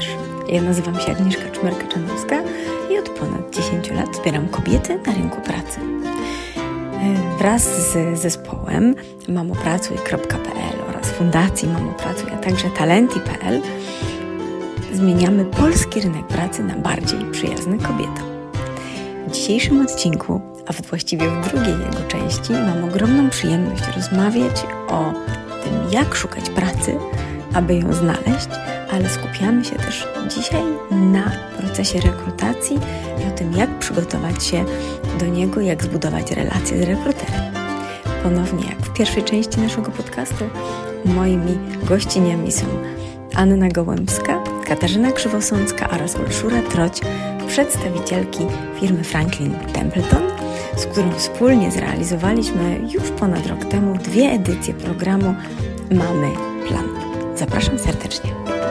Sprzedaż. Ja nazywam się Agnieszka Czmerka-Czanowska i od ponad 10 lat wspieram kobiety na rynku pracy. Wraz z zespołem mamopracuj.pl oraz Fundacji Mamopracuj, a także Talenty.pl zmieniamy polski rynek pracy na bardziej przyjazny kobietom. W dzisiejszym odcinku, a właściwie w drugiej jego części, mam ogromną przyjemność rozmawiać o tym, jak szukać pracy, aby ją znaleźć, ale skupiamy się też dzisiaj na procesie rekrutacji i o tym, jak przygotować się do niego, jak zbudować relacje z rekruterem. Ponownie, jak w pierwszej części naszego podcastu, moimi gościniami są Anna Gołębska, Katarzyna Krzywosącka oraz Urszula Troć, przedstawicielki firmy Franklin Templeton, z którą wspólnie zrealizowaliśmy już ponad rok temu 2 edycje programu Mamy Plan. Zapraszam serdecznie.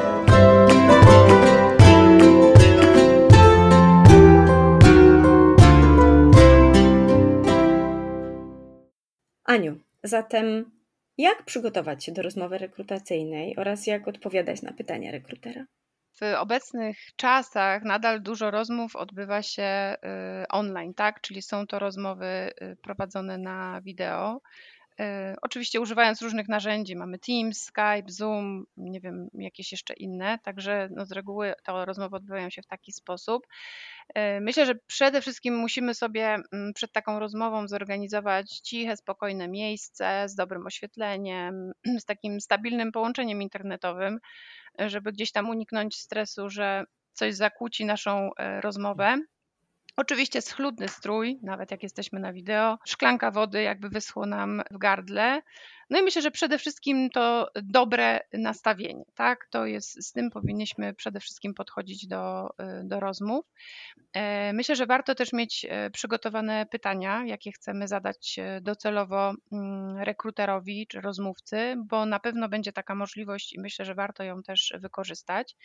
Aniu, zatem jak przygotować się do rozmowy rekrutacyjnej oraz jak odpowiadać na pytania rekrutera? W obecnych czasach nadal dużo rozmów odbywa się online, tak? Czyli są to rozmowy prowadzone na wideo. Oczywiście używając różnych narzędzi, mamy Teams, Skype, Zoom, nie wiem, jakieś jeszcze inne, także z reguły te rozmowy odbywają się w taki sposób. Myślę, że przede wszystkim musimy sobie przed taką rozmową zorganizować ciche, spokojne miejsce z dobrym oświetleniem, z takim stabilnym połączeniem internetowym, żeby gdzieś tam uniknąć stresu, że coś zakłóci naszą rozmowę. Oczywiście schludny strój, nawet jak jesteśmy na wideo, szklanka wody jakby wyschło nam w gardle. No i myślę, że przede wszystkim to dobre nastawienie, tak? Z tym powinniśmy przede wszystkim podchodzić do rozmów. Myślę, że warto też mieć przygotowane pytania, jakie chcemy zadać docelowo rekruterowi czy rozmówcy, bo na pewno będzie taka możliwość i myślę, że warto ją też wykorzystać.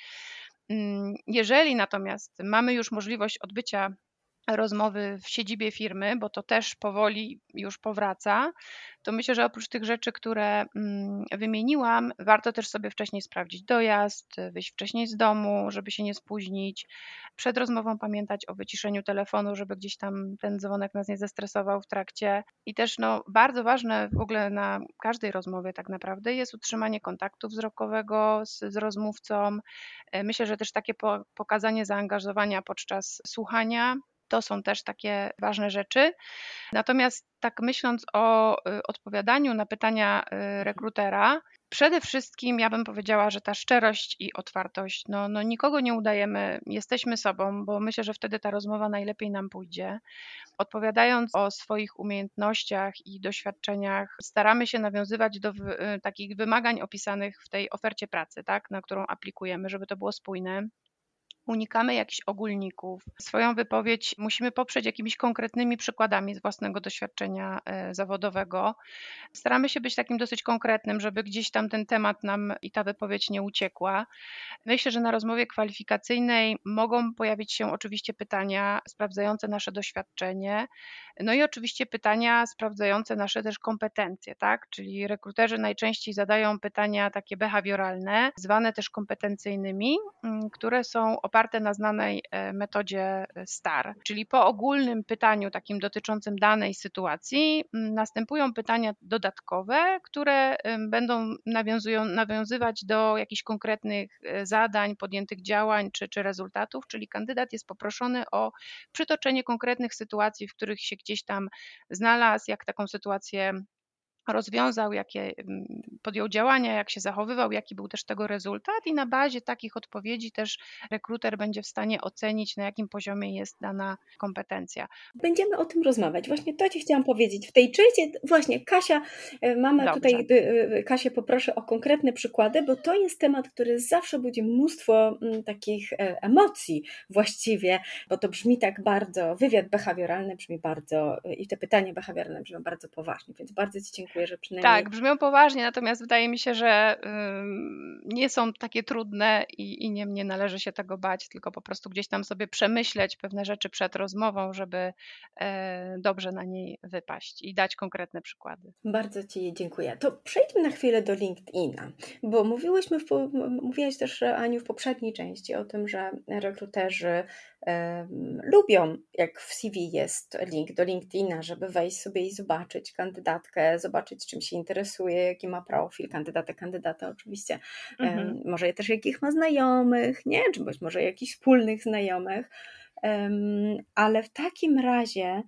Jeżeli natomiast mamy już możliwość odbycia rozmowy w siedzibie firmy, bo to też powoli już powraca, to myślę, że oprócz tych rzeczy, które wymieniłam, warto też sobie wcześniej sprawdzić dojazd, wyjść wcześniej z domu, żeby się nie spóźnić. Przed rozmową pamiętać o wyciszeniu telefonu, żeby gdzieś tam ten dzwonek nas nie zestresował w trakcie. I też bardzo ważne w ogóle na każdej rozmowie tak naprawdę jest utrzymanie kontaktu wzrokowego z rozmówcą. Myślę, że też takie pokazanie zaangażowania podczas słuchania to są też takie ważne rzeczy. Natomiast tak myśląc o odpowiadaniu na pytania rekrutera, przede wszystkim ja bym powiedziała, że ta szczerość i otwartość, nikogo nie udajemy, jesteśmy sobą, bo myślę, że wtedy ta rozmowa najlepiej nam pójdzie. Odpowiadając o swoich umiejętnościach i doświadczeniach, staramy się nawiązywać do takich wymagań opisanych w tej ofercie pracy, tak, na którą aplikujemy, żeby to było spójne. Unikamy jakichś ogólników. Swoją wypowiedź musimy poprzeć jakimiś konkretnymi przykładami z własnego doświadczenia zawodowego. Staramy się być takim dosyć konkretnym, żeby gdzieś tam ten temat nam i ta wypowiedź nie uciekła. Myślę, że na rozmowie kwalifikacyjnej mogą pojawić się oczywiście pytania sprawdzające nasze doświadczenie, no i oczywiście pytania sprawdzające nasze też kompetencje, tak? Czyli rekruterzy najczęściej zadają pytania takie behawioralne, zwane też kompetencyjnymi, które są oparte na znanej metodzie STAR. Czyli po ogólnym pytaniu takim dotyczącym danej sytuacji następują pytania dodatkowe, które będą nawiązywać do jakichś konkretnych zadań, podjętych działań czy rezultatów, czyli kandydat jest poproszony o przytoczenie konkretnych sytuacji, w których się gdzieś tam znalazł, jak taką sytuację rozwiązał, jakie podjął działania, jak się zachowywał, jaki był też tego rezultat i na bazie takich odpowiedzi też rekruter będzie w stanie ocenić, na jakim poziomie jest dana kompetencja. Będziemy o tym rozmawiać. Właśnie to Ci chciałam powiedzieć. W tej części właśnie Kasia, tutaj Kasię poproszę o konkretne przykłady, bo to jest temat, który zawsze budzi mnóstwo takich emocji właściwie, bo to brzmi tak bardzo, wywiad behawioralny brzmi bardzo i te pytania behawioralne brzmią bardzo poważnie, więc bardzo Ci dziękuję czuję, że przynajmniej... Tak, brzmią poważnie, natomiast wydaje mi się, że nie są takie trudne i nie należy się tego bać, tylko po prostu gdzieś tam sobie przemyśleć pewne rzeczy przed rozmową, żeby dobrze na niej wypaść i dać konkretne przykłady. Bardzo Ci dziękuję. To przejdźmy na chwilę do LinkedIna, bo mówiłaś też, Aniu, w poprzedniej części o tym, że rekruterzy lubią, jak w CV jest link do LinkedIna, żeby wejść sobie i zobaczyć kandydatkę, zobaczyć, czym się interesuje, jaki ma profil kandydata oczywiście, może też jakich ma znajomych, nie? Czy być może jakichś wspólnych znajomych, ale w takim razie,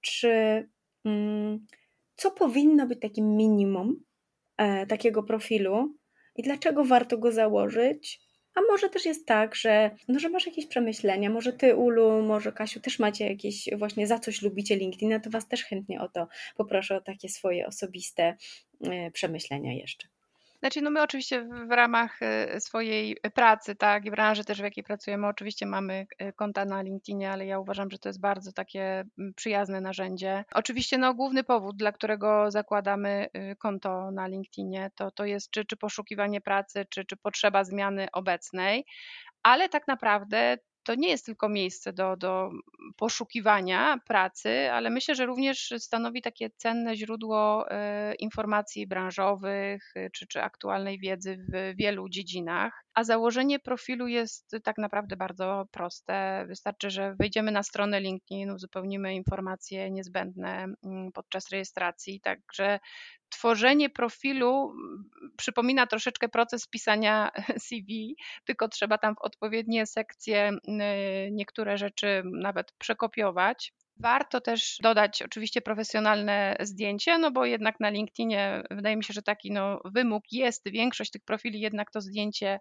co powinno być takim minimum takiego profilu i dlaczego warto go założyć? A może też jest tak, że masz jakieś przemyślenia, może Ty, Ulu, może Kasiu, też macie jakieś właśnie za coś lubicie LinkedIna, to Was też chętnie o to poproszę, o takie swoje osobiste przemyślenia jeszcze. Znaczy, no my oczywiście w ramach swojej pracy, tak, i branży też, w jakiej pracujemy, oczywiście mamy konta na LinkedInie, ale ja uważam, że to jest bardzo takie przyjazne narzędzie. Oczywiście, no główny powód, dla którego zakładamy konto na LinkedInie, to jest czy poszukiwanie pracy, czy potrzeba zmiany obecnej, ale tak naprawdę to nie jest tylko miejsce do poszukiwania pracy, ale myślę, że również stanowi takie cenne źródło informacji branżowych czy aktualnej wiedzy w wielu dziedzinach. A założenie profilu jest tak naprawdę bardzo proste. Wystarczy, że wejdziemy na stronę LinkedIn, uzupełnimy informacje niezbędne podczas rejestracji. Także tworzenie profilu przypomina troszeczkę proces pisania CV, tylko trzeba tam w odpowiednie sekcje niektóre rzeczy nawet przekopiować. Warto też dodać oczywiście profesjonalne zdjęcie, no bo jednak na LinkedInie wydaje mi się, że taki wymóg jest, większość tych profili jednak to zdjęcie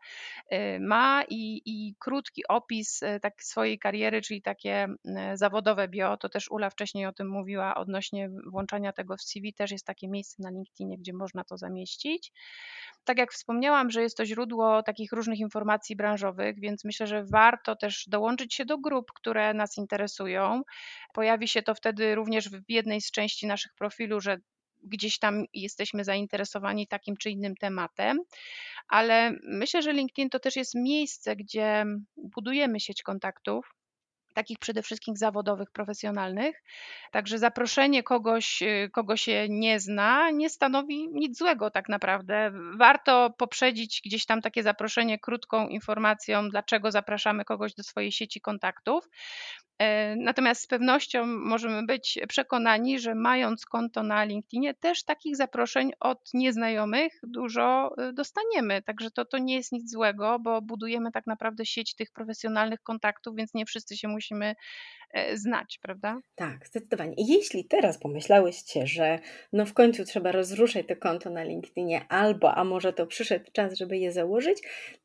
ma i krótki opis tak swojej kariery, czyli takie zawodowe bio, to też Ula wcześniej o tym mówiła odnośnie włączania tego w CV, też jest takie miejsce na LinkedInie, gdzie można to zamieścić. Tak jak wspomniałam, że jest to źródło takich różnych informacji branżowych, więc myślę, że warto też dołączyć się do grup, które nas interesują. Pojawi się to wtedy również w jednej z części naszych profilu, że gdzieś tam jesteśmy zainteresowani takim czy innym tematem, ale myślę, że LinkedIn to też jest miejsce, gdzie budujemy sieć kontaktów, takich przede wszystkim zawodowych, profesjonalnych. Także zaproszenie kogoś, kogo się nie zna, nie stanowi nic złego tak naprawdę. Warto poprzedzić gdzieś tam takie zaproszenie krótką informacją, dlaczego zapraszamy kogoś do swojej sieci kontaktów. Natomiast z pewnością możemy być przekonani, że mając konto na LinkedInie, też takich zaproszeń od nieznajomych dużo dostaniemy. Także to nie jest nic złego, bo budujemy tak naprawdę sieć tych profesjonalnych kontaktów, więc nie wszyscy się musimy znać, prawda? Tak, zdecydowanie. I jeśli teraz pomyślałyście, że w końcu trzeba rozruszać to konto na LinkedInie a może to przyszedł czas, żeby je założyć,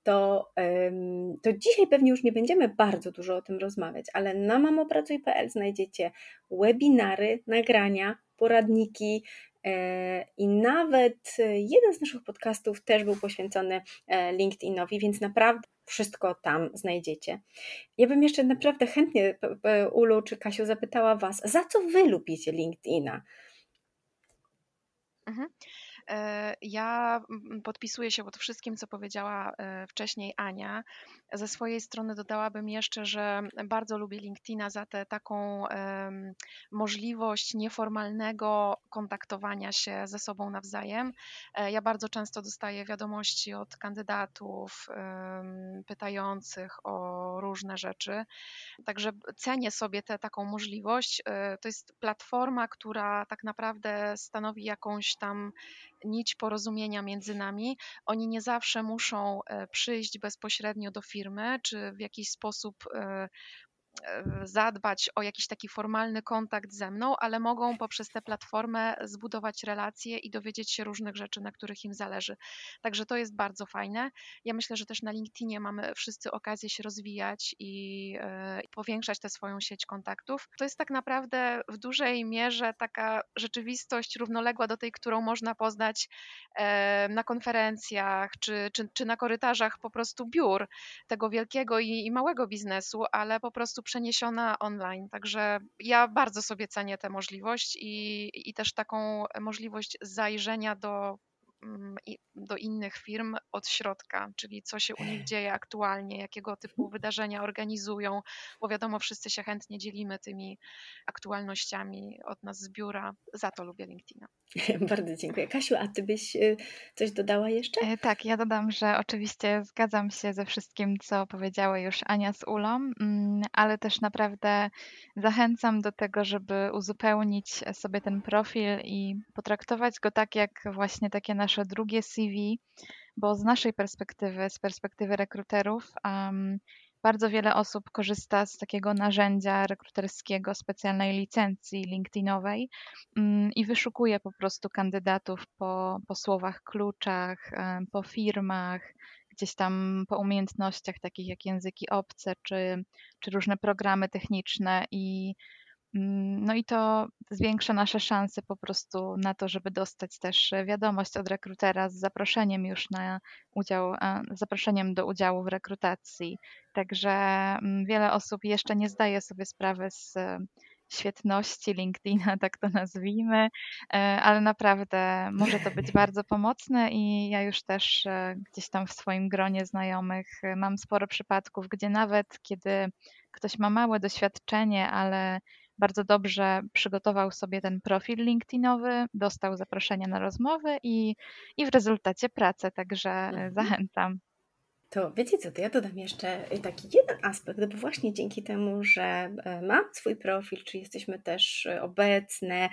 to dzisiaj pewnie już nie będziemy bardzo dużo o tym rozmawiać, ale na mamopracuj.pl znajdziecie webinary, nagrania, poradniki i nawet jeden z naszych podcastów też był poświęcony LinkedInowi, więc naprawdę wszystko tam znajdziecie. Ja bym jeszcze naprawdę chętnie, Ulu czy Kasiu, zapytała Was, za co Wy lubicie LinkedIna? Ja podpisuję się pod wszystkim, co powiedziała wcześniej Ania. Ze swojej strony dodałabym jeszcze, że bardzo lubię LinkedIna za tę taką możliwość nieformalnego kontaktowania się ze sobą nawzajem. Ja bardzo często dostaję wiadomości od kandydatów pytających o różne rzeczy. Także cenię sobie tę taką możliwość. To jest platforma, która tak naprawdę stanowi jakąś tam nić porozumienia między nami. Oni nie zawsze muszą przyjść bezpośrednio do firmy, czy w jakiś sposób zadbać o jakiś taki formalny kontakt ze mną, ale mogą poprzez tę platformę zbudować relacje i dowiedzieć się różnych rzeczy, na których im zależy. Także to jest bardzo fajne. Ja myślę, że też na LinkedInie mamy wszyscy okazję się rozwijać i powiększać tę swoją sieć kontaktów. To jest tak naprawdę w dużej mierze taka rzeczywistość równoległa do tej, którą można poznać na konferencjach czy na korytarzach po prostu biur tego wielkiego i małego biznesu, ale po prostu przeniesiona online. Także ja bardzo sobie cenię tę możliwość i też taką możliwość zajrzenia do innych firm od środka, czyli co się u nich dzieje aktualnie, jakiego typu wydarzenia organizują, bo wiadomo, wszyscy się chętnie dzielimy tymi aktualnościami od nas z biura. Za to lubię LinkedIna. Bardzo dziękuję. Kasiu, a ty byś coś dodała jeszcze? Tak, ja dodam, że oczywiście zgadzam się ze wszystkim, co powiedziały już Ania z Ulą, ale też naprawdę zachęcam do tego, żeby uzupełnić sobie ten profil i potraktować go tak jak właśnie takie nasze drugie CV, bo z naszej perspektywy, z perspektywy rekruterów, bardzo wiele osób korzysta z takiego narzędzia rekruterskiego, specjalnej licencji LinkedInowej i wyszukuje po prostu kandydatów po słowach kluczach, po firmach, gdzieś tam po umiejętnościach takich jak języki obce czy różne programy techniczne no i to zwiększa nasze szanse po prostu na to, żeby dostać też wiadomość od rekrutera z zaproszeniem już na udział, zaproszeniem do udziału w rekrutacji. Także wiele osób jeszcze nie zdaje sobie sprawy z świetności LinkedIna, tak to nazwijmy, ale naprawdę może to być bardzo pomocne i ja już też gdzieś tam w swoim gronie znajomych mam sporo przypadków, gdzie nawet kiedy ktoś ma małe doświadczenie, ale bardzo dobrze przygotował sobie ten profil LinkedInowy, dostał zaproszenia na rozmowy i w rezultacie pracę, także zachęcam. To wiecie co, to ja dodam jeszcze taki jeden aspekt, bo właśnie dzięki temu, że mam swój profil, czy jesteśmy też obecne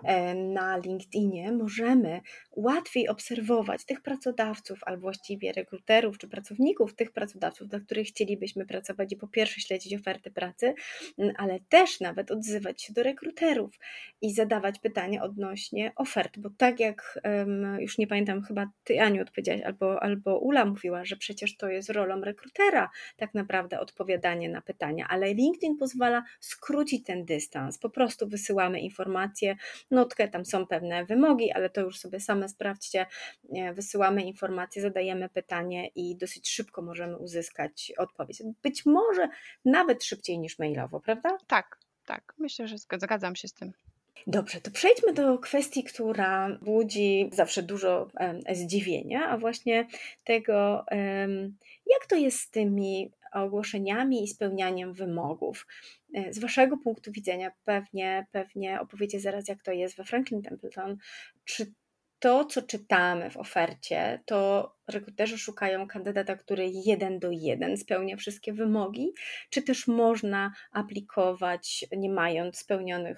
na LinkedInie, możemy łatwiej obserwować tych pracodawców, albo właściwie rekruterów, czy pracowników tych pracodawców, dla których chcielibyśmy pracować i po pierwsze śledzić oferty pracy, ale też nawet odzywać się do rekruterów i zadawać pytania odnośnie ofert, bo tak jak już nie pamiętam, chyba ty, Aniu, odpowiedziałaś, albo Ula mówiła, że przecież to jest rolą rekrutera tak naprawdę odpowiadanie na pytania, ale LinkedIn pozwala skrócić ten dystans, po prostu wysyłamy informacje, notkę, tam są pewne wymogi, ale to już sobie same sprawdźcie, wysyłamy informacje, zadajemy pytanie i dosyć szybko możemy uzyskać odpowiedź. Być może nawet szybciej niż mailowo, prawda? Tak, myślę, że zgadzam się z tym. Dobrze, to przejdźmy do kwestii, która budzi zawsze dużo zdziwienia, a właśnie tego, jak to jest z tymi ogłoszeniami i spełnianiem wymogów. Z waszego punktu widzenia pewnie opowiecie zaraz, jak to jest we Franklin Templeton. Czy to, co czytamy w ofercie, to rekruterzy szukają kandydata, który 1:1 spełnia wszystkie wymogi, czy też można aplikować, nie mając spełnionych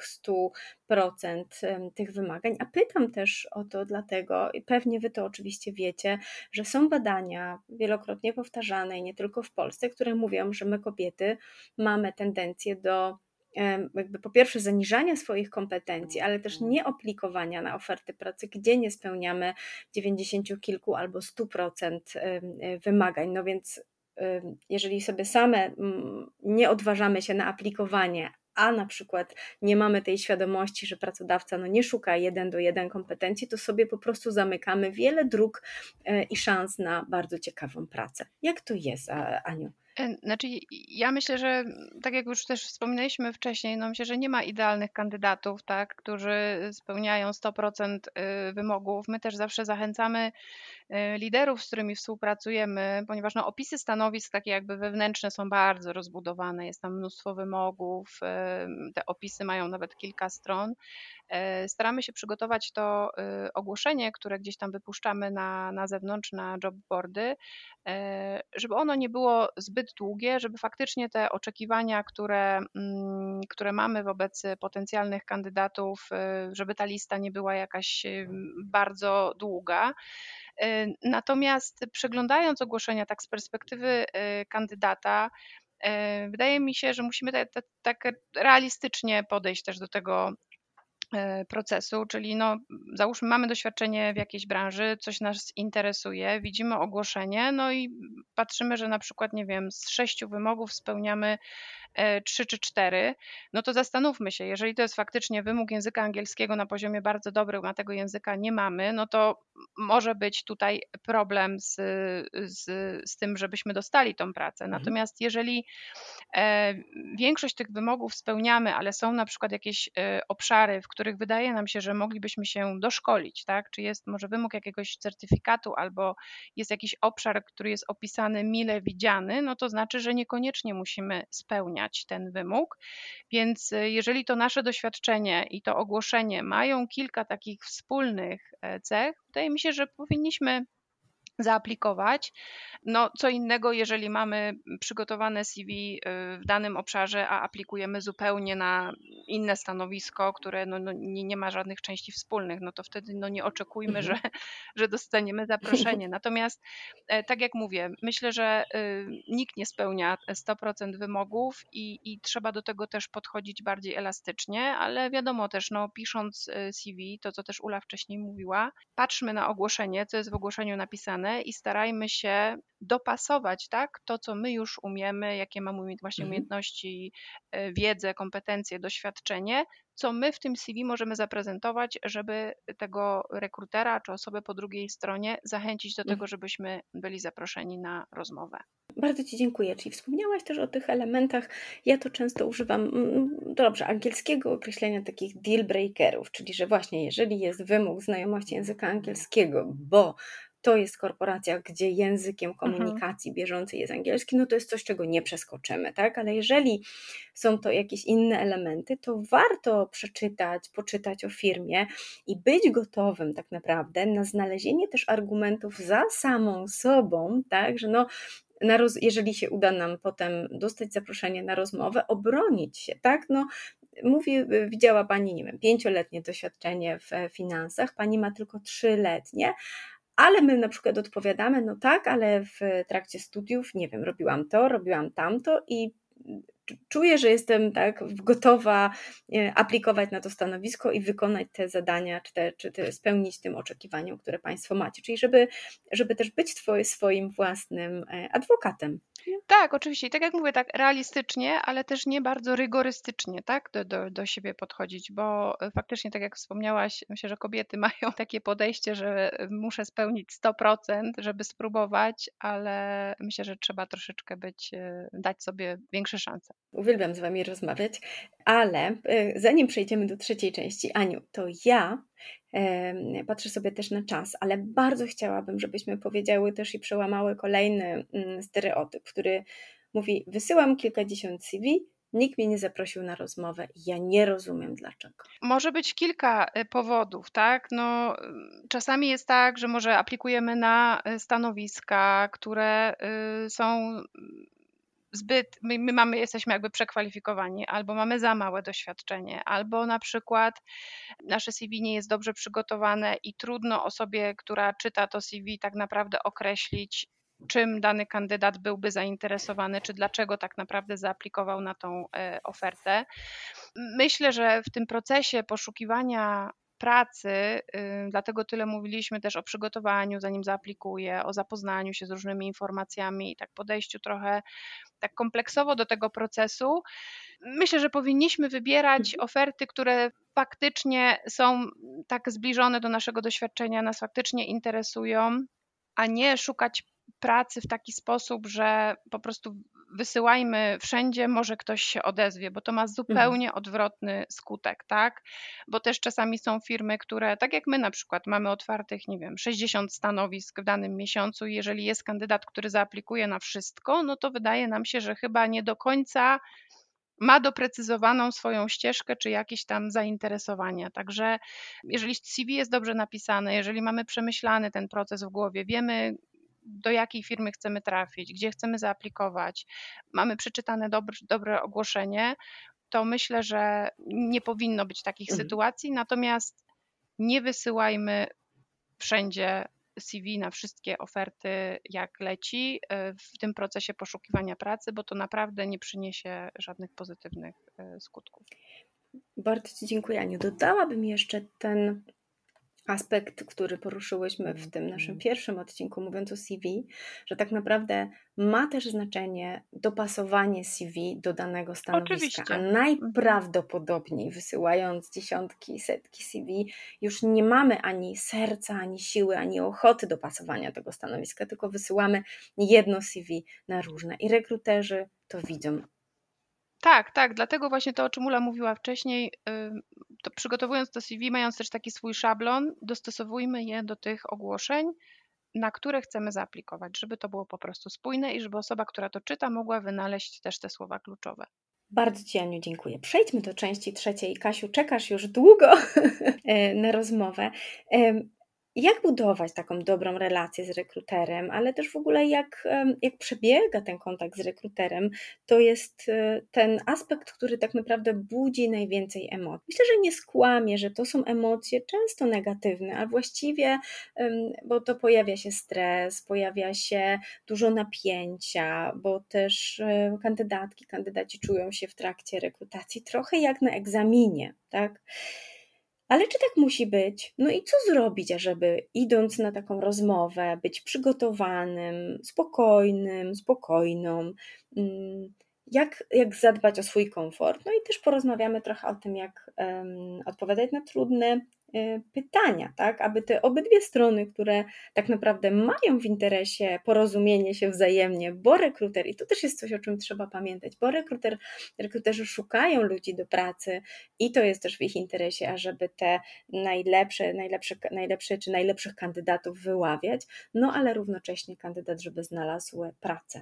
100% tych wymagań? A pytam też o to dlatego, i pewnie wy to oczywiście wiecie, że są badania wielokrotnie powtarzane i nie tylko w Polsce, które mówią, że my kobiety mamy tendencję do jakby po pierwsze zaniżania swoich kompetencji, ale też nie aplikowania na oferty pracy, gdzie nie spełniamy 90 kilku albo 100% wymagań. No więc jeżeli sobie same nie odważamy się na aplikowanie, a na przykład nie mamy tej świadomości, że pracodawca nie szuka 1:1 kompetencji, to sobie po prostu zamykamy wiele dróg i szans na bardzo ciekawą pracę. Jak to jest, Aniu? Znaczy, ja myślę, że tak jak już też wspominaliśmy wcześniej, myślę, że nie ma idealnych kandydatów, tak, którzy spełniają 100% wymogów. My też zawsze zachęcamy liderów, z którymi współpracujemy, ponieważ opisy stanowisk takie jakby wewnętrzne są bardzo rozbudowane, jest tam mnóstwo wymogów, te opisy mają nawet kilka stron. Staramy się przygotować to ogłoszenie, które gdzieś tam wypuszczamy na zewnątrz, na jobboardy, żeby ono nie było zbyt długie, żeby faktycznie te oczekiwania, które mamy wobec potencjalnych kandydatów, żeby ta lista nie była jakaś bardzo długa. Natomiast przeglądając ogłoszenia tak z perspektywy kandydata, wydaje mi się, że musimy tak realistycznie podejść też do tego procesu, czyli załóżmy mamy doświadczenie w jakiejś branży, coś nas interesuje, widzimy ogłoszenie, i patrzymy, że na przykład, nie wiem, z 6 wymogów spełniamy 3 czy 4, to zastanówmy się, jeżeli to jest faktycznie wymóg języka angielskiego na poziomie bardzo dobrym, a tego języka nie mamy, to może być tutaj problem z tym, żebyśmy dostali tą pracę. Natomiast jeżeli większość tych wymogów spełniamy, ale są na przykład jakieś obszary, w których wydaje nam się, że moglibyśmy się doszkolić, tak? Czy jest może wymóg jakiegoś certyfikatu albo jest jakiś obszar, który jest opisany mile widziany, no to znaczy, że niekoniecznie musimy spełniać ten wymóg. Więc jeżeli to nasze doświadczenie i to ogłoszenie mają kilka takich wspólnych cech, wydaje mi się, że powinniśmy zaaplikować. No, co innego, jeżeli mamy przygotowane CV w danym obszarze, a aplikujemy zupełnie na inne stanowisko, które nie ma żadnych części wspólnych, no to wtedy nie oczekujmy, że dostaniemy zaproszenie. Natomiast tak jak mówię, myślę, że nikt nie spełnia 100% wymogów i trzeba do tego też podchodzić bardziej elastycznie, ale wiadomo też, pisząc CV, to co też Ula wcześniej mówiła, patrzmy na ogłoszenie, co jest w ogłoszeniu napisane i starajmy się dopasować, tak, to, co my już umiemy, jakie mamy właśnie umiejętności, wiedzę, kompetencje, doświadczenie, co my w tym CV możemy zaprezentować, żeby tego rekrutera czy osobę po drugiej stronie zachęcić do tego, żebyśmy byli zaproszeni na rozmowę. Bardzo Ci dziękuję. Czyli wspomniałaś też o tych elementach, ja to często używam, angielskiego określenia takich deal breakerów, czyli że właśnie jeżeli jest wymóg znajomości języka angielskiego, bo to jest korporacja, gdzie językiem komunikacji bieżącej jest angielski, no to jest coś, czego nie przeskoczymy, tak? Ale jeżeli są to jakieś inne elementy, to warto poczytać o firmie i być gotowym tak naprawdę na znalezienie też argumentów za samą sobą, tak? Że jeżeli się uda nam potem dostać zaproszenie na rozmowę, obronić się, tak? Widziała Pani, nie wiem, 5-letnie doświadczenie w finansach, Pani ma tylko 3-letnie, ale my na przykład odpowiadamy, no tak, ale w trakcie studiów, nie wiem, robiłam to, robiłam tamto i czuję, że jestem tak gotowa aplikować na to stanowisko i wykonać te zadania, czy spełnić tym oczekiwaniom, które Państwo macie. Czyli żeby też być swoim własnym adwokatem. Tak, oczywiście. I tak jak mówię, tak realistycznie, ale też nie bardzo rygorystycznie, tak, do siebie podchodzić, bo faktycznie, tak jak wspomniałaś, myślę, że kobiety mają takie podejście, że muszę spełnić 100%, żeby spróbować, ale myślę, że trzeba troszeczkę dać sobie większe szanse. Uwielbiam z Wami rozmawiać, ale zanim przejdziemy do trzeciej części, Aniu, to ja patrzę sobie też na czas, ale bardzo chciałabym, żebyśmy powiedziały też i przełamały kolejny stereotyp, który mówi: wysyłam kilkadziesiąt CV, nikt mnie nie zaprosił na rozmowę i ja nie rozumiem dlaczego. Może być kilka powodów, tak? Czasami jest tak, że może aplikujemy na stanowiska, które są jesteśmy jakby przekwalifikowani, albo mamy za małe doświadczenie, albo na przykład nasze CV nie jest dobrze przygotowane i trudno osobie, która czyta to CV, tak naprawdę określić, czym dany kandydat byłby zainteresowany, czy dlaczego tak naprawdę zaaplikował na tą ofertę. Myślę, że w tym procesie poszukiwania pracy, dlatego tyle mówiliśmy też o przygotowaniu, zanim zaaplikuję, o zapoznaniu się z różnymi informacjami i tak podejściu trochę tak kompleksowo do tego procesu. Myślę, że powinniśmy wybierać oferty, które faktycznie są tak zbliżone do naszego doświadczenia, nas faktycznie interesują, a nie szukać pracy w taki sposób, że po prostu wysyłajmy wszędzie, może ktoś się odezwie, bo to ma zupełnie odwrotny skutek, tak? Bo też czasami są firmy, które, tak jak my na przykład, mamy otwartych, 60 stanowisk w danym miesiącu i jeżeli jest kandydat, który zaaplikuje na wszystko, no to wydaje nam się, że chyba nie do końca ma doprecyzowaną swoją ścieżkę czy jakieś tam zainteresowania. Także jeżeli CV jest dobrze napisane, jeżeli mamy przemyślany ten proces w głowie, wiemy, do jakiej firmy chcemy trafić, gdzie chcemy zaaplikować, mamy przeczytane dobre ogłoszenie, to myślę, że nie powinno być takich sytuacji, natomiast nie wysyłajmy wszędzie CV na wszystkie oferty, jak leci w tym procesie poszukiwania pracy, bo to naprawdę nie przyniesie żadnych pozytywnych skutków. Bardzo Ci dziękuję, Aniu. Dodałabym jeszcze ten aspekt, który poruszyłyśmy w tym naszym pierwszym odcinku, mówiąc o CV, że tak naprawdę ma też znaczenie dopasowanie CV do danego stanowiska, Oczywiście. A najprawdopodobniej wysyłając dziesiątki, setki CV już nie mamy ani serca, ani siły, ani ochoty dopasowania tego stanowiska, tylko wysyłamy jedno CV na różne i rekruterzy to widzą Tak, dlatego właśnie to, o czym Ula mówiła wcześniej, to przygotowując to CV, mając też taki swój szablon, dostosowujmy je do tych ogłoszeń, na które chcemy zaaplikować, żeby to było po prostu spójne i żeby osoba, która to czyta, mogła wynaleźć też te słowa kluczowe. Bardzo Ci, Aniu, dziękuję. Przejdźmy do części trzeciej. Kasiu, czekasz już długo na rozmowę. Jak budować taką dobrą relację z rekruterem, ale też w ogóle jak przebiega ten kontakt z rekruterem, to jest ten aspekt, który tak naprawdę budzi najwięcej emocji. Myślę, że nie skłamię, że to są emocje często negatywne, a właściwie, bo to pojawia się stres, pojawia się dużo napięcia, bo też kandydaci czują się w trakcie rekrutacji trochę jak na egzaminie, tak? Ale czy tak musi być? No i co zrobić, ażeby idąc na taką rozmowę, być przygotowanym, spokojną, jak zadbać o swój komfort? No i też porozmawiamy trochę o tym, jak odpowiadać na trudne pytania, tak? Aby te obydwie strony, które tak naprawdę mają w interesie porozumienie się wzajemnie, bo rekruter, i to też jest coś, o czym trzeba pamiętać, bo rekruterzy szukają ludzi do pracy i to jest też w ich interesie, ażeby te najlepsze czy najlepszych kandydatów wyławiać, no ale równocześnie kandydat, żeby znalazł pracę.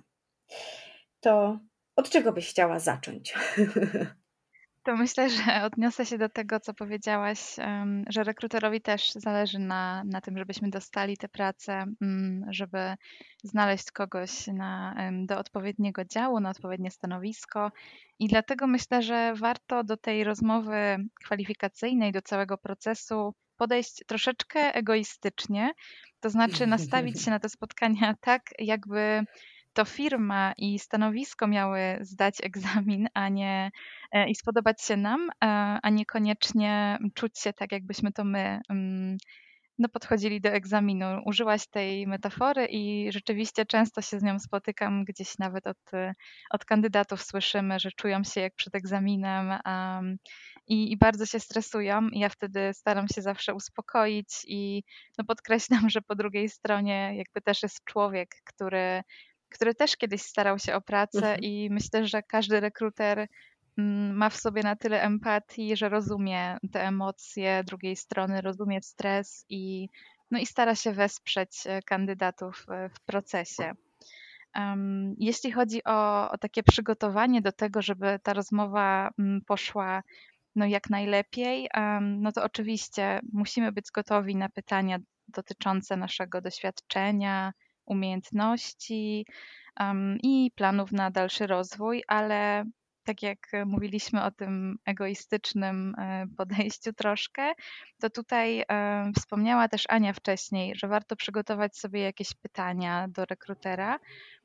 To od czego byś chciała zacząć? To myślę, że odniosę się do tego, co powiedziałaś, że rekruterowi też zależy na tym, żebyśmy dostali tę pracę, żeby znaleźć kogoś do odpowiedniego działu, na odpowiednie stanowisko. I dlatego myślę, że warto do tej rozmowy kwalifikacyjnej, do całego procesu podejść troszeczkę egoistycznie, to znaczy nastawić się na te spotkania tak, jakby to firma i stanowisko miały zdać egzamin, i spodobać się nam, a niekoniecznie czuć się tak, jakbyśmy to my podchodzili do egzaminu. Użyłaś tej metafory i rzeczywiście często się z nią spotykam, gdzieś nawet od kandydatów słyszymy, że czują się jak przed egzaminem i bardzo się stresują. I ja wtedy staram się zawsze uspokoić i podkreślam, że po drugiej stronie jakby też jest człowiek, który też kiedyś starał się o pracę i myślę, że każdy rekruter ma w sobie na tyle empatii, że rozumie te emocje drugiej strony, rozumie stres i stara się wesprzeć kandydatów w procesie. Jeśli chodzi o takie przygotowanie do tego, żeby ta rozmowa poszła jak najlepiej, to oczywiście musimy być gotowi na pytania dotyczące naszego doświadczenia, umiejętności i planów na dalszy rozwój, ale tak jak mówiliśmy o tym egoistycznym podejściu troszkę, to tutaj wspomniała też Ania wcześniej, że warto przygotować sobie jakieś pytania do rekrutera.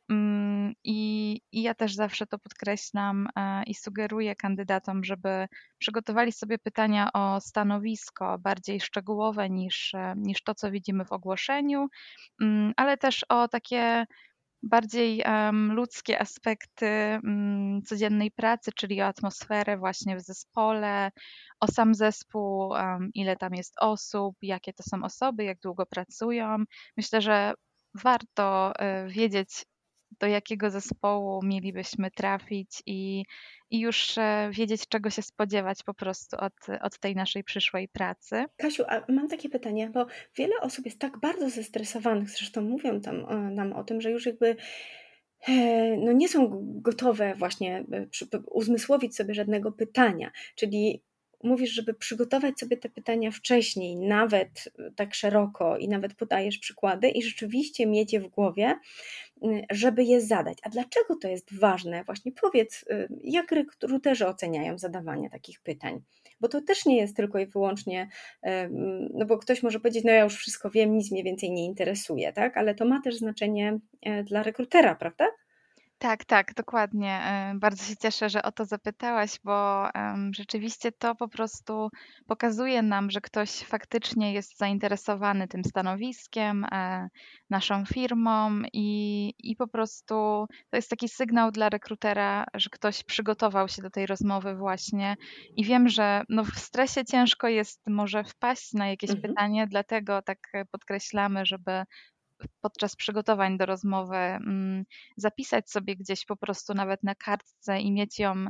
I ja też zawsze to podkreślam i sugeruję kandydatom, żeby przygotowali sobie pytania o stanowisko bardziej szczegółowe niż to, co widzimy w ogłoszeniu, ale też o takie bardziej ludzkie aspekty codziennej pracy, czyli o atmosferę właśnie w zespole, o sam zespół, ile tam jest osób, jakie to są osoby, jak długo pracują. Myślę, że warto wiedzieć, do jakiego zespołu mielibyśmy trafić i już wiedzieć, czego się spodziewać po prostu od tej naszej przyszłej pracy. Kasiu, a mam takie pytanie, bo wiele osób jest tak bardzo zestresowanych, zresztą mówią nam o tym, że już jakby nie są gotowe właśnie uzmysłowić sobie żadnego pytania, czyli mówisz, żeby przygotować sobie te pytania wcześniej, nawet tak szeroko i nawet podajesz przykłady i rzeczywiście mieć je w głowie, żeby je zadać. A dlaczego to jest ważne? Właśnie powiedz, jak rekruterzy oceniają zadawanie takich pytań? Bo to też nie jest tylko i wyłącznie, no bo ktoś może powiedzieć, no ja już wszystko wiem, nic mnie więcej nie interesuje, tak? Ale to ma też znaczenie dla rekrutera, prawda? Tak, dokładnie. Bardzo się cieszę, że o to zapytałaś, bo rzeczywiście to po prostu pokazuje nam, że ktoś faktycznie jest zainteresowany tym stanowiskiem, naszą firmą i po prostu to jest taki sygnał dla rekrutera, że ktoś przygotował się do tej rozmowy właśnie i wiem, że w stresie ciężko jest może wpaść na jakieś pytanie, dlatego tak podkreślamy, żeby podczas przygotowań do rozmowy zapisać sobie gdzieś po prostu nawet na kartce i mieć ją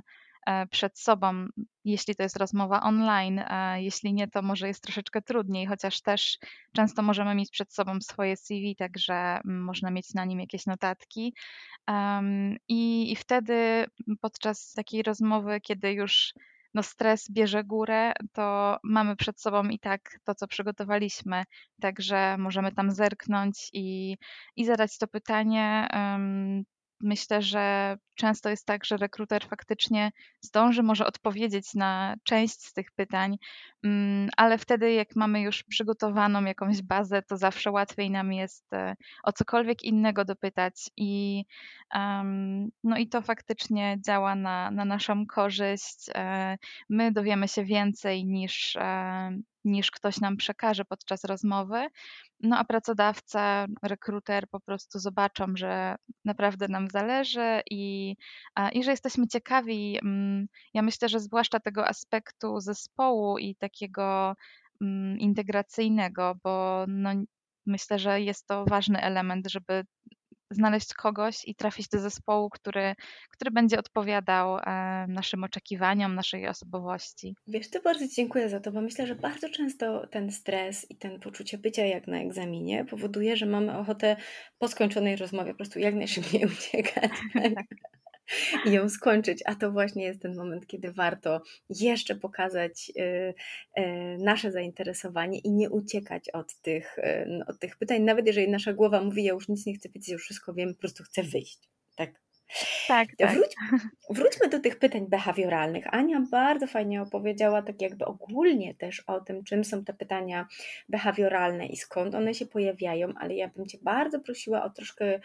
przed sobą, jeśli to jest rozmowa online. Jeśli nie, to może jest troszeczkę trudniej, chociaż też często możemy mieć przed sobą swoje CV, także można mieć na nim jakieś notatki. I wtedy podczas takiej rozmowy, kiedy już stres bierze górę, to mamy przed sobą i tak to, co przygotowaliśmy, także możemy tam zerknąć i zadać to pytanie. Myślę, że często jest tak, że rekruter faktycznie zdąży może odpowiedzieć na część z tych pytań, ale wtedy, jak mamy już przygotowaną jakąś bazę, to zawsze łatwiej nam jest o cokolwiek innego dopytać no i to faktycznie działa na naszą korzyść. My dowiemy się więcej niż ktoś nam przekaże podczas rozmowy, no a pracodawca, rekruter po prostu zobaczą, że naprawdę nam zależy i że jesteśmy ciekawi. Ja myślę, że zwłaszcza tego aspektu zespołu i takiego integracyjnego, bo myślę, że jest to ważny element, żeby znaleźć kogoś i trafić do zespołu, który będzie odpowiadał naszym oczekiwaniom, naszej osobowości. Wiesz, to bardzo Ci dziękuję za to, bo myślę, że bardzo często ten stres i ten poczucie bycia jak na egzaminie powoduje, że mamy ochotę po skończonej rozmowie po prostu jak najszybciej uciekać. Tak? I ją skończyć, a to właśnie jest ten moment, kiedy warto jeszcze pokazać nasze zainteresowanie i nie uciekać od tych pytań, nawet jeżeli nasza głowa mówi, ja już nic nie chcę wiedzieć, już wszystko wiem, po prostu chcę wyjść. Tak. Tak. Wróćmy do tych pytań behawioralnych. Ania bardzo fajnie opowiedziała tak jakby ogólnie też o tym, czym są te pytania behawioralne i skąd one się pojawiają, ale ja bym Cię bardzo prosiła o troszkę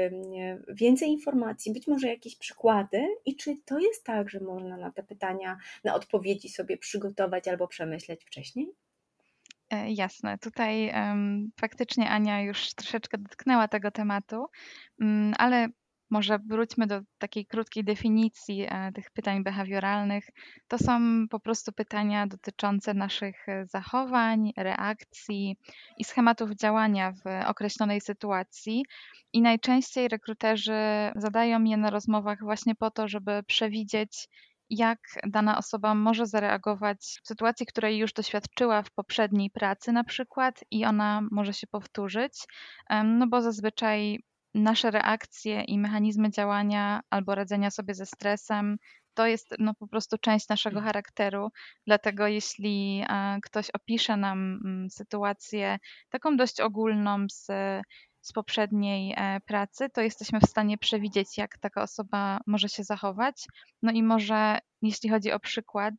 więcej informacji, być może jakieś przykłady i czy to jest tak, że można na te pytania, na odpowiedzi sobie przygotować albo przemyśleć wcześniej? Jasne. Tutaj faktycznie Ania już troszeczkę dotknęła tego tematu, ale może wróćmy do takiej krótkiej definicji tych pytań behawioralnych. To są po prostu pytania dotyczące naszych zachowań, reakcji i schematów działania w określonej sytuacji. I najczęściej rekruterzy zadają je na rozmowach właśnie po to, żeby przewidzieć, jak dana osoba może zareagować w sytuacji, której już doświadczyła w poprzedniej pracy na przykład i ona może się powtórzyć, no bo zazwyczaj nasze reakcje i mechanizmy działania albo radzenia sobie ze stresem to jest po prostu część naszego charakteru, dlatego jeśli ktoś opisze nam sytuację taką dość ogólną z poprzedniej pracy, to jesteśmy w stanie przewidzieć, jak taka osoba może się zachować. No i może, jeśli chodzi o przykład,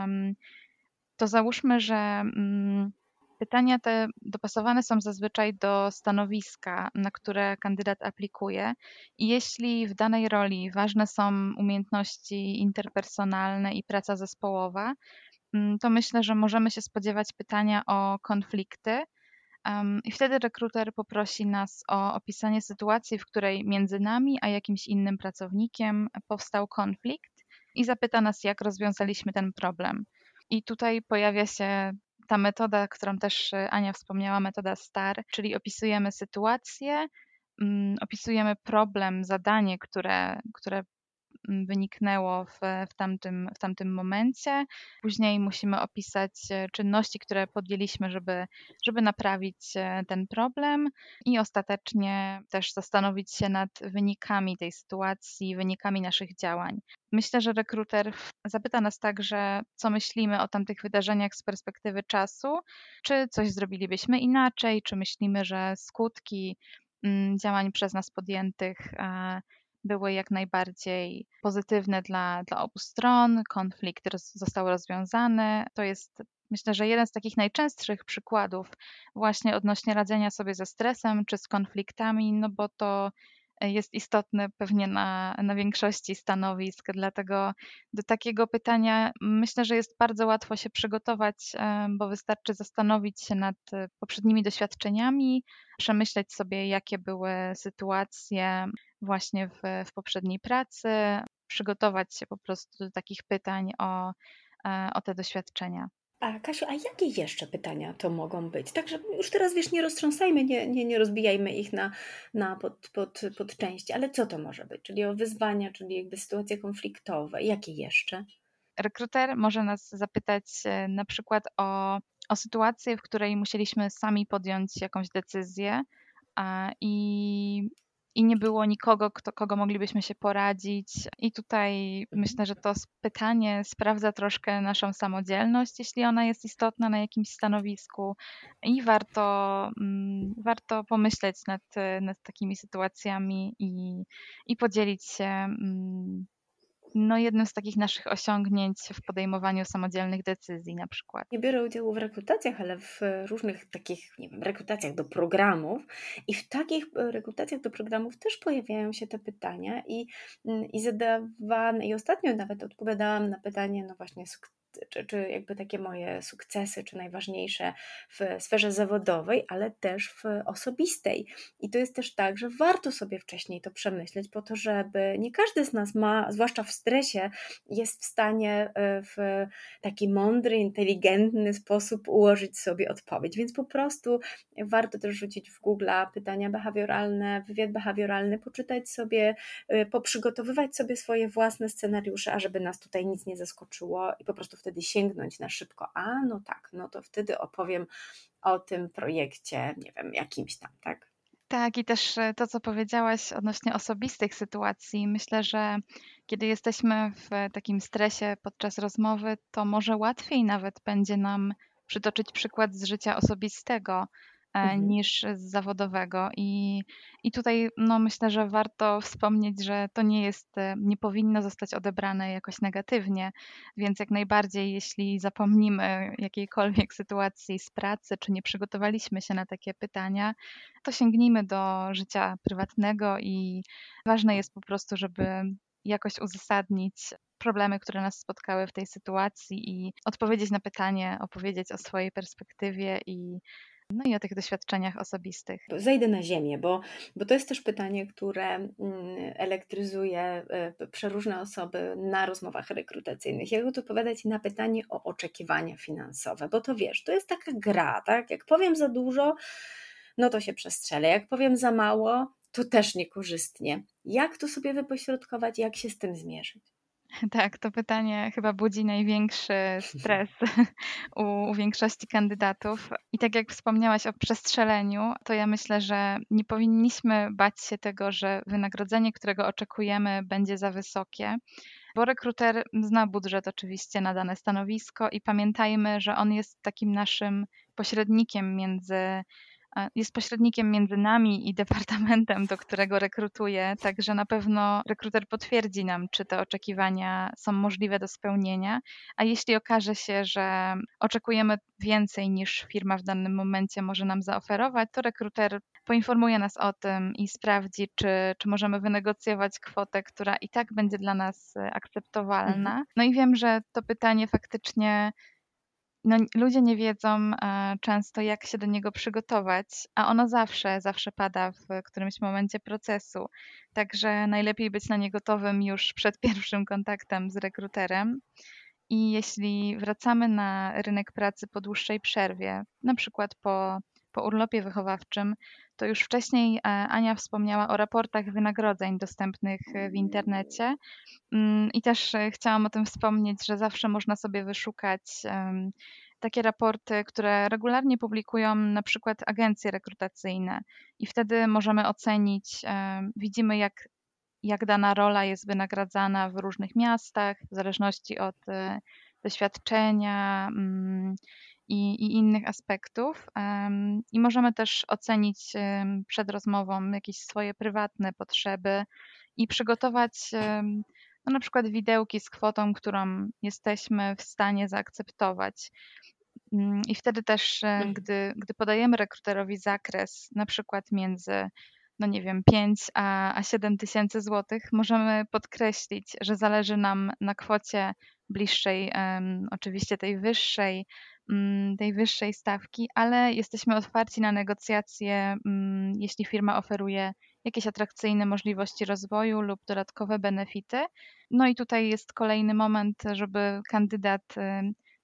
to załóżmy, że pytania te dopasowane są zazwyczaj do stanowiska, na które kandydat aplikuje. I jeśli w danej roli ważne są umiejętności interpersonalne i praca zespołowa, to myślę, że możemy się spodziewać pytania o konflikty. I wtedy rekruter poprosi nas o opisanie sytuacji, w której między nami a jakimś innym pracownikiem powstał konflikt i zapyta nas, jak rozwiązaliśmy ten problem. I tutaj pojawia się ta metoda, którą też Ania wspomniała, metoda STAR, czyli opisujemy sytuację, opisujemy problem, zadanie, które wyniknęło w tamtym momencie. Później musimy opisać czynności, które podjęliśmy, żeby naprawić ten problem i ostatecznie też zastanowić się nad wynikami tej sytuacji, wynikami naszych działań. Myślę, że rekruter zapyta nas także, co myślimy o tamtych wydarzeniach z perspektywy czasu, czy coś zrobilibyśmy inaczej, czy myślimy, że skutki działań przez nas podjętych były jak najbardziej pozytywne dla obu stron, konflikt został rozwiązany. To jest, myślę, że jeden z takich najczęstszych przykładów właśnie odnośnie radzenia sobie ze stresem czy z konfliktami, no bo to jest istotne pewnie na większości stanowisk, dlatego do takiego pytania myślę, że jest bardzo łatwo się przygotować, bo wystarczy zastanowić się nad poprzednimi doświadczeniami, przemyśleć sobie, jakie były sytuacje właśnie w poprzedniej pracy, przygotować się po prostu do takich pytań o te doświadczenia. A Kasiu, a jakie jeszcze pytania to mogą być? Także już teraz wiesz, nie roztrząsajmy, nie rozbijajmy ich pod części, ale co to może być? Czyli o wyzwania, czyli jakby sytuacje konfliktowe. Jakie jeszcze? Rekruter może nas zapytać na przykład o sytuację, w której musieliśmy sami podjąć jakąś decyzję i nie było nikogo, kogo moglibyśmy się poradzić. I tutaj myślę, że to pytanie sprawdza troszkę naszą samodzielność, jeśli ona jest istotna na jakimś stanowisku i warto pomyśleć nad takimi sytuacjami i podzielić się jednym z takich naszych osiągnięć w podejmowaniu samodzielnych decyzji na przykład. Nie biorę udziału w rekrutacjach, ale w różnych takich, nie wiem, rekrutacjach do programów i w takich rekrutacjach do programów też pojawiają się te pytania i zadawane, i ostatnio nawet odpowiadałam na pytanie, no właśnie, czy jakby takie moje sukcesy, czy najważniejsze w sferze zawodowej, ale też w osobistej. I to jest też tak, że warto sobie wcześniej to przemyśleć po to, żeby nie każdy z nas ma, zwłaszcza w stresie, jest w stanie w taki mądry, inteligentny sposób ułożyć sobie odpowiedź. Więc po prostu warto też rzucić w Google'a pytania behawioralne, wywiad behawioralny, poczytać sobie, poprzygotowywać sobie swoje własne scenariusze, ażeby nas tutaj nic nie zaskoczyło i po prostu wtedy sięgnąć na szybko. No tak, no to wtedy opowiem o tym projekcie, nie wiem, jakimś tam, tak? Tak, i też to, co powiedziałaś odnośnie osobistych sytuacji, myślę, że kiedy jesteśmy w takim stresie podczas rozmowy, to może łatwiej nawet będzie nam przytoczyć przykład z życia osobistego niż z zawodowego. I tutaj myślę, że warto wspomnieć, że to nie powinno zostać odebrane jakoś negatywnie, więc jak najbardziej, jeśli zapomnimy jakiejkolwiek sytuacji z pracy, czy nie przygotowaliśmy się na takie pytania, to sięgnijmy do życia prywatnego i ważne jest po prostu, żeby jakoś uzasadnić problemy, które nas spotkały w tej sytuacji i odpowiedzieć na pytanie, opowiedzieć o swojej perspektywie i o tych doświadczeniach osobistych. Zejdę na ziemię, bo to jest też pytanie, które elektryzuje przeróżne osoby na rozmowach rekrutacyjnych. Jak odpowiadać na pytanie o oczekiwania finansowe? Bo to wiesz, to jest taka gra, tak? Jak powiem za dużo, no to się przestrzelę. Jak powiem za mało, to też niekorzystnie. Jak to sobie wypośrodkować? Jak się z tym zmierzyć? Tak, to pytanie chyba budzi największy stres u większości kandydatów. I tak jak wspomniałaś o przestrzeleniu, to ja myślę, że nie powinniśmy bać się tego, że wynagrodzenie, którego oczekujemy, będzie za wysokie, bo rekruter zna budżet oczywiście na dane stanowisko i pamiętajmy, że on jest takim naszym pośrednikiem między nami i departamentem, do którego rekrutuje, także na pewno rekruter potwierdzi nam, czy te oczekiwania są możliwe do spełnienia, a jeśli okaże się, że oczekujemy więcej niż firma w danym momencie może nam zaoferować, to rekruter poinformuje nas o tym i sprawdzi, czy możemy wynegocjować kwotę, która i tak będzie dla nas akceptowalna. No i wiem, że to pytanie faktycznie ludzie nie wiedzą często, jak się do niego przygotować, a ono zawsze pada w którymś momencie procesu. Także najlepiej być na nie gotowym już przed pierwszym kontaktem z rekruterem. I jeśli wracamy na rynek pracy po dłuższej przerwie, na przykład po urlopie wychowawczym, to już wcześniej Ania wspomniała o raportach wynagrodzeń dostępnych w internecie. I też chciałam o tym wspomnieć, że zawsze można sobie wyszukać takie raporty, które regularnie publikują na przykład agencje rekrutacyjne i wtedy możemy ocenić, widzimy jak dana rola jest wynagradzana w różnych miastach, w zależności od doświadczenia i innych aspektów. I możemy też ocenić przed rozmową jakieś swoje prywatne potrzeby i przygotować na przykład widełki z kwotą, którą jesteśmy w stanie zaakceptować. I wtedy też, gdy podajemy rekruterowi zakres, na przykład między 5 a 7 tysięcy złotych, możemy podkreślić, że zależy nam na kwocie bliższej, oczywiście tej wyższej stawki, ale jesteśmy otwarci na negocjacje, jeśli firma oferuje jakieś atrakcyjne możliwości rozwoju lub dodatkowe benefity. No i tutaj jest kolejny moment, żeby kandydat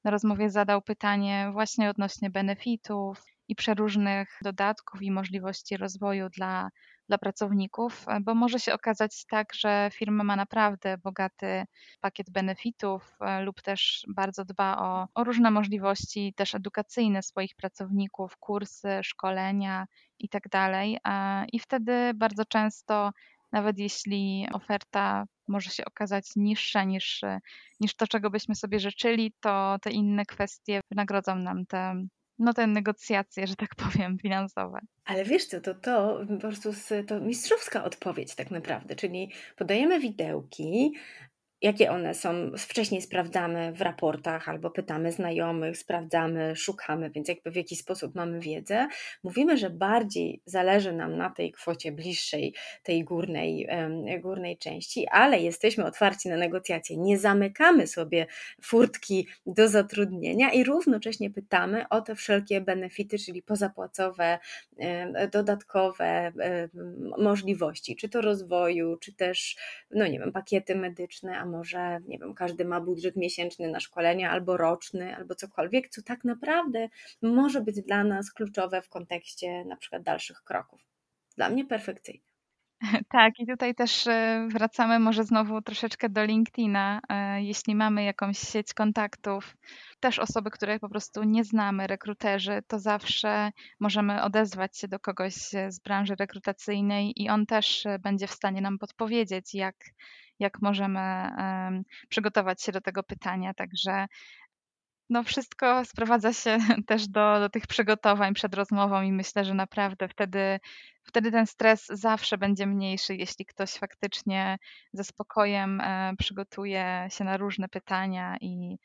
na rozmowie zadał pytanie właśnie odnośnie benefitów i przeróżnych dodatków i możliwości rozwoju dla pracowników, bo może się okazać tak, że firma ma naprawdę bogaty pakiet benefitów lub też bardzo dba o różne możliwości też edukacyjne swoich pracowników, kursy, szkolenia i tak dalej. I wtedy bardzo często, nawet jeśli oferta może się okazać niższa niż to, czego byśmy sobie życzyli, to te inne kwestie wynagrodzą nam te negocjacje, że tak powiem, finansowe. Ale wiesz co, to po prostu to mistrzowska odpowiedź tak naprawdę, czyli podajemy widełki, jakie one są, wcześniej sprawdzamy w raportach albo pytamy znajomych, sprawdzamy, szukamy, więc jakby w jaki sposób mamy wiedzę. Mówimy, że bardziej zależy nam na tej kwocie bliższej, tej górnej części, ale jesteśmy otwarci na negocjacje. Nie zamykamy sobie furtki do zatrudnienia i równocześnie pytamy o te wszelkie benefity, czyli pozapłacowe, dodatkowe możliwości, czy to rozwoju, czy też, no nie wiem, pakiety medyczne, a może, nie wiem, każdy ma budżet miesięczny na szkolenia, albo roczny, albo cokolwiek, co tak naprawdę może być dla nas kluczowe w kontekście na przykład dalszych kroków. Dla mnie perfekcyjnie. Tak, i tutaj też wracamy może znowu troszeczkę do LinkedIna. Jeśli mamy jakąś sieć kontaktów, też osoby, które po prostu nie znamy, rekruterzy, to zawsze możemy odezwać się do kogoś z branży rekrutacyjnej i on też będzie w stanie nam podpowiedzieć, jak możemy przygotować się do tego pytania. Także no wszystko sprowadza się też do tych przygotowań przed rozmową i myślę, że naprawdę wtedy ten stres zawsze będzie mniejszy, jeśli ktoś faktycznie ze spokojem przygotuje się na różne pytania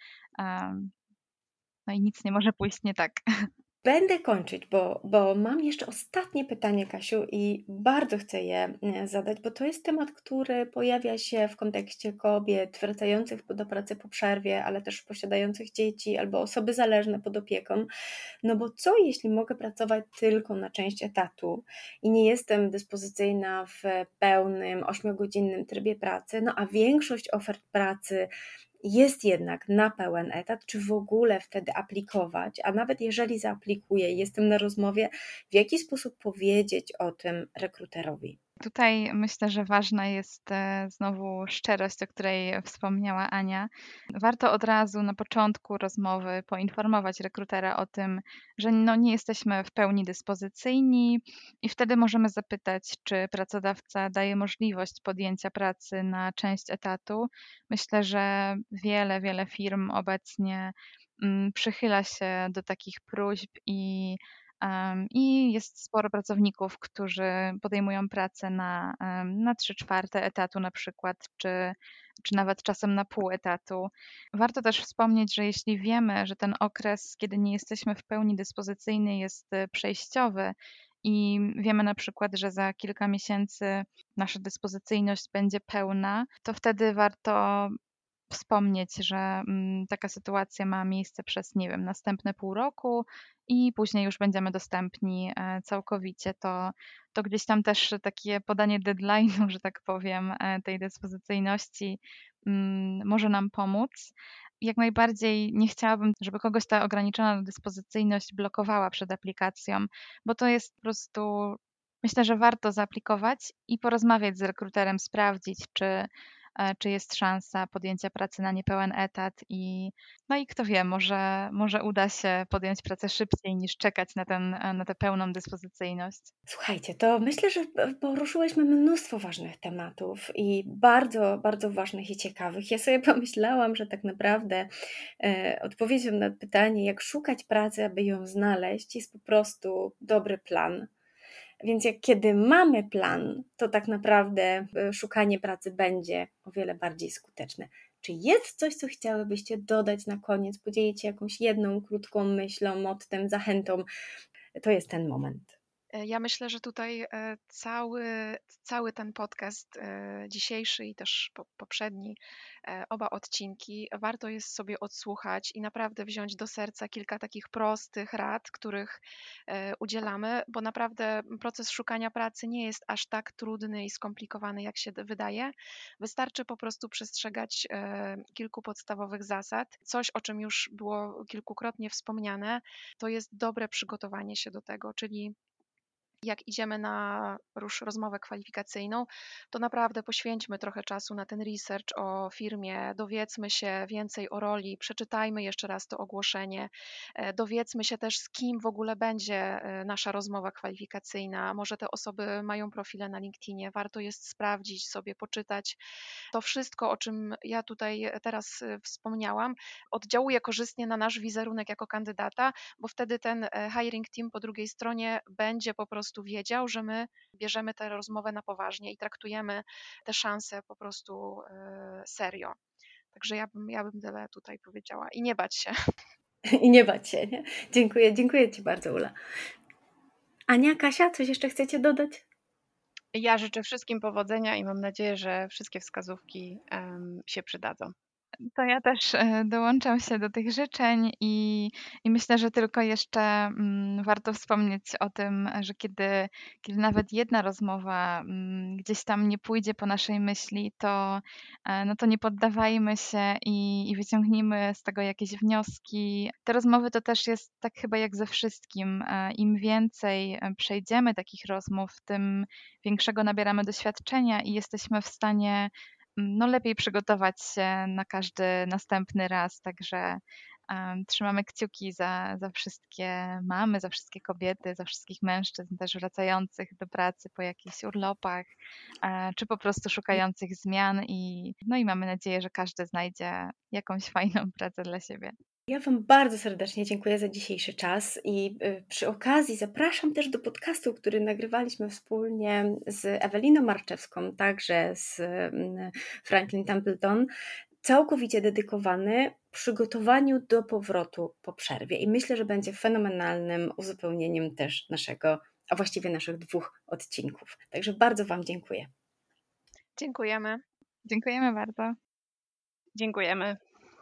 no i nic nie może pójść nie tak. Będę kończyć, bo mam jeszcze ostatnie pytanie, Kasiu, i bardzo chcę je zadać, bo to jest temat, który pojawia się w kontekście kobiet wracających do pracy po przerwie, ale też posiadających dzieci albo osoby zależne pod opieką. No bo co jeśli mogę pracować tylko na część etatu i nie jestem dyspozycyjna w pełnym 8-godzinnym trybie pracy, no a większość ofert pracy jest jednak na pełen etat, czy w ogóle wtedy aplikować, a nawet jeżeli zaaplikuję, jestem na rozmowie, w jaki sposób powiedzieć o tym rekruterowi? Tutaj myślę, że ważna jest znowu szczerość, o której wspomniała Ania. Warto od razu na początku rozmowy poinformować rekrutera o tym, że no nie jesteśmy w pełni dyspozycyjni i wtedy możemy zapytać, czy pracodawca daje możliwość podjęcia pracy na część etatu. Myślę, że wiele firm obecnie przychyla się do takich próśb i jest sporo pracowników, którzy podejmują pracę na 3/4 etatu na przykład, czy nawet czasem na pół etatu. Warto też wspomnieć, że jeśli wiemy, że ten okres, kiedy nie jesteśmy w pełni dyspozycyjni, jest przejściowy i wiemy na przykład, że za kilka miesięcy nasza dyspozycyjność będzie pełna, to wtedy warto wspomnieć, że taka sytuacja ma miejsce przez, nie wiem, następne pół roku i później już będziemy dostępni całkowicie. To gdzieś tam też takie podanie deadline'u, że tak powiem, tej dyspozycyjności może nam pomóc. Jak najbardziej nie chciałabym, żeby kogoś ta ograniczona dyspozycyjność blokowała przed aplikacją, bo to jest po prostu, myślę, że warto zaaplikować i porozmawiać z rekruterem, sprawdzić, czy jest szansa podjęcia pracy na niepełen etat no i kto wie, może uda się podjąć pracę szybciej niż czekać na tę pełną dyspozycyjność. Słuchajcie, to myślę, że poruszyłyśmy mnóstwo ważnych tematów i bardzo, bardzo ważnych i ciekawych. Ja sobie pomyślałam, że tak naprawdę odpowiedzią na pytanie, jak szukać pracy, aby ją znaleźć, jest po prostu dobry plan. Więc kiedy mamy plan, to tak naprawdę szukanie pracy będzie o wiele bardziej skuteczne. Czy jest coś, co chciałybyście dodać na koniec, podzielić się jakąś jedną krótką myślą, mottem, zachętą? To jest ten moment. Ja myślę, że tutaj cały ten podcast dzisiejszy i też poprzedni, oba odcinki, warto jest sobie odsłuchać i naprawdę wziąć do serca kilka takich prostych rad, których udzielamy, bo naprawdę proces szukania pracy nie jest aż tak trudny i skomplikowany, jak się wydaje. Wystarczy po prostu przestrzegać kilku podstawowych zasad. Coś, o czym już było kilkukrotnie wspomniane, to jest dobre przygotowanie się do tego, czyli jak idziemy na rozmowę kwalifikacyjną, to naprawdę poświęćmy trochę czasu na ten research o firmie, dowiedzmy się więcej o roli, przeczytajmy jeszcze raz to ogłoszenie, dowiedzmy się też, z kim w ogóle będzie nasza rozmowa kwalifikacyjna. Może te osoby mają profile na LinkedInie, warto jest sprawdzić sobie, poczytać. To wszystko, o czym ja tutaj teraz wspomniałam, oddziałuje korzystnie na nasz wizerunek jako kandydata, bo wtedy ten hiring team po drugiej stronie będzie po prostu wiedział, że my bierzemy tę rozmowę na poważnie i traktujemy te szanse po prostu serio. Także ja bym tyle tutaj powiedziała. I nie bać się. I nie bać się, nie? Dziękuję Ci bardzo, Ula. Ania, Kasia, coś jeszcze chcecie dodać? Ja życzę wszystkim powodzenia i mam nadzieję, że wszystkie wskazówki się przydadzą. To ja też dołączam się do tych życzeń i myślę, że tylko jeszcze warto wspomnieć o tym, że kiedy nawet jedna rozmowa gdzieś tam nie pójdzie po naszej myśli, to nie poddawajmy się i wyciągnijmy z tego jakieś wnioski. Te rozmowy to też jest tak chyba jak ze wszystkim. Im więcej przejdziemy takich rozmów, tym większego nabieramy doświadczenia i jesteśmy w stanie lepiej przygotować się na każdy następny raz, także trzymamy kciuki za wszystkie mamy, za wszystkie kobiety, za wszystkich mężczyzn też wracających do pracy po jakichś urlopach, czy po prostu szukających zmian i mamy nadzieję, że każdy znajdzie jakąś fajną pracę dla siebie. Ja Wam bardzo serdecznie dziękuję za dzisiejszy czas i przy okazji zapraszam też do podcastu, który nagrywaliśmy wspólnie z Eweliną Marczewską, także z Franklin Templeton, całkowicie dedykowany przygotowaniu do powrotu po przerwie i myślę, że będzie fenomenalnym uzupełnieniem też a właściwie naszych 2 odcinków. Także bardzo Wam dziękuję. Dziękujemy. Dziękujemy bardzo. Dziękujemy.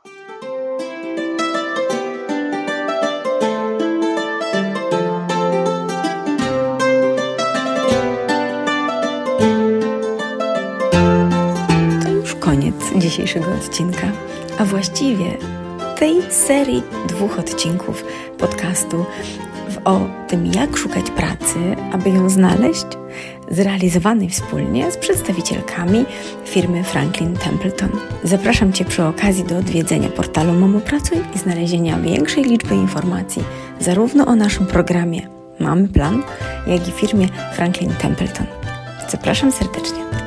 Koniec dzisiejszego odcinka, a właściwie tej serii 2 odcinków podcastu o tym, jak szukać pracy, aby ją znaleźć, zrealizowanej wspólnie z przedstawicielkami firmy Franklin Templeton. Zapraszam Cię przy okazji do odwiedzenia portalu Mamo Pracuj i znalezienia większej liczby informacji zarówno o naszym programie Mamy Plan, jak i firmie Franklin Templeton. Zapraszam serdecznie.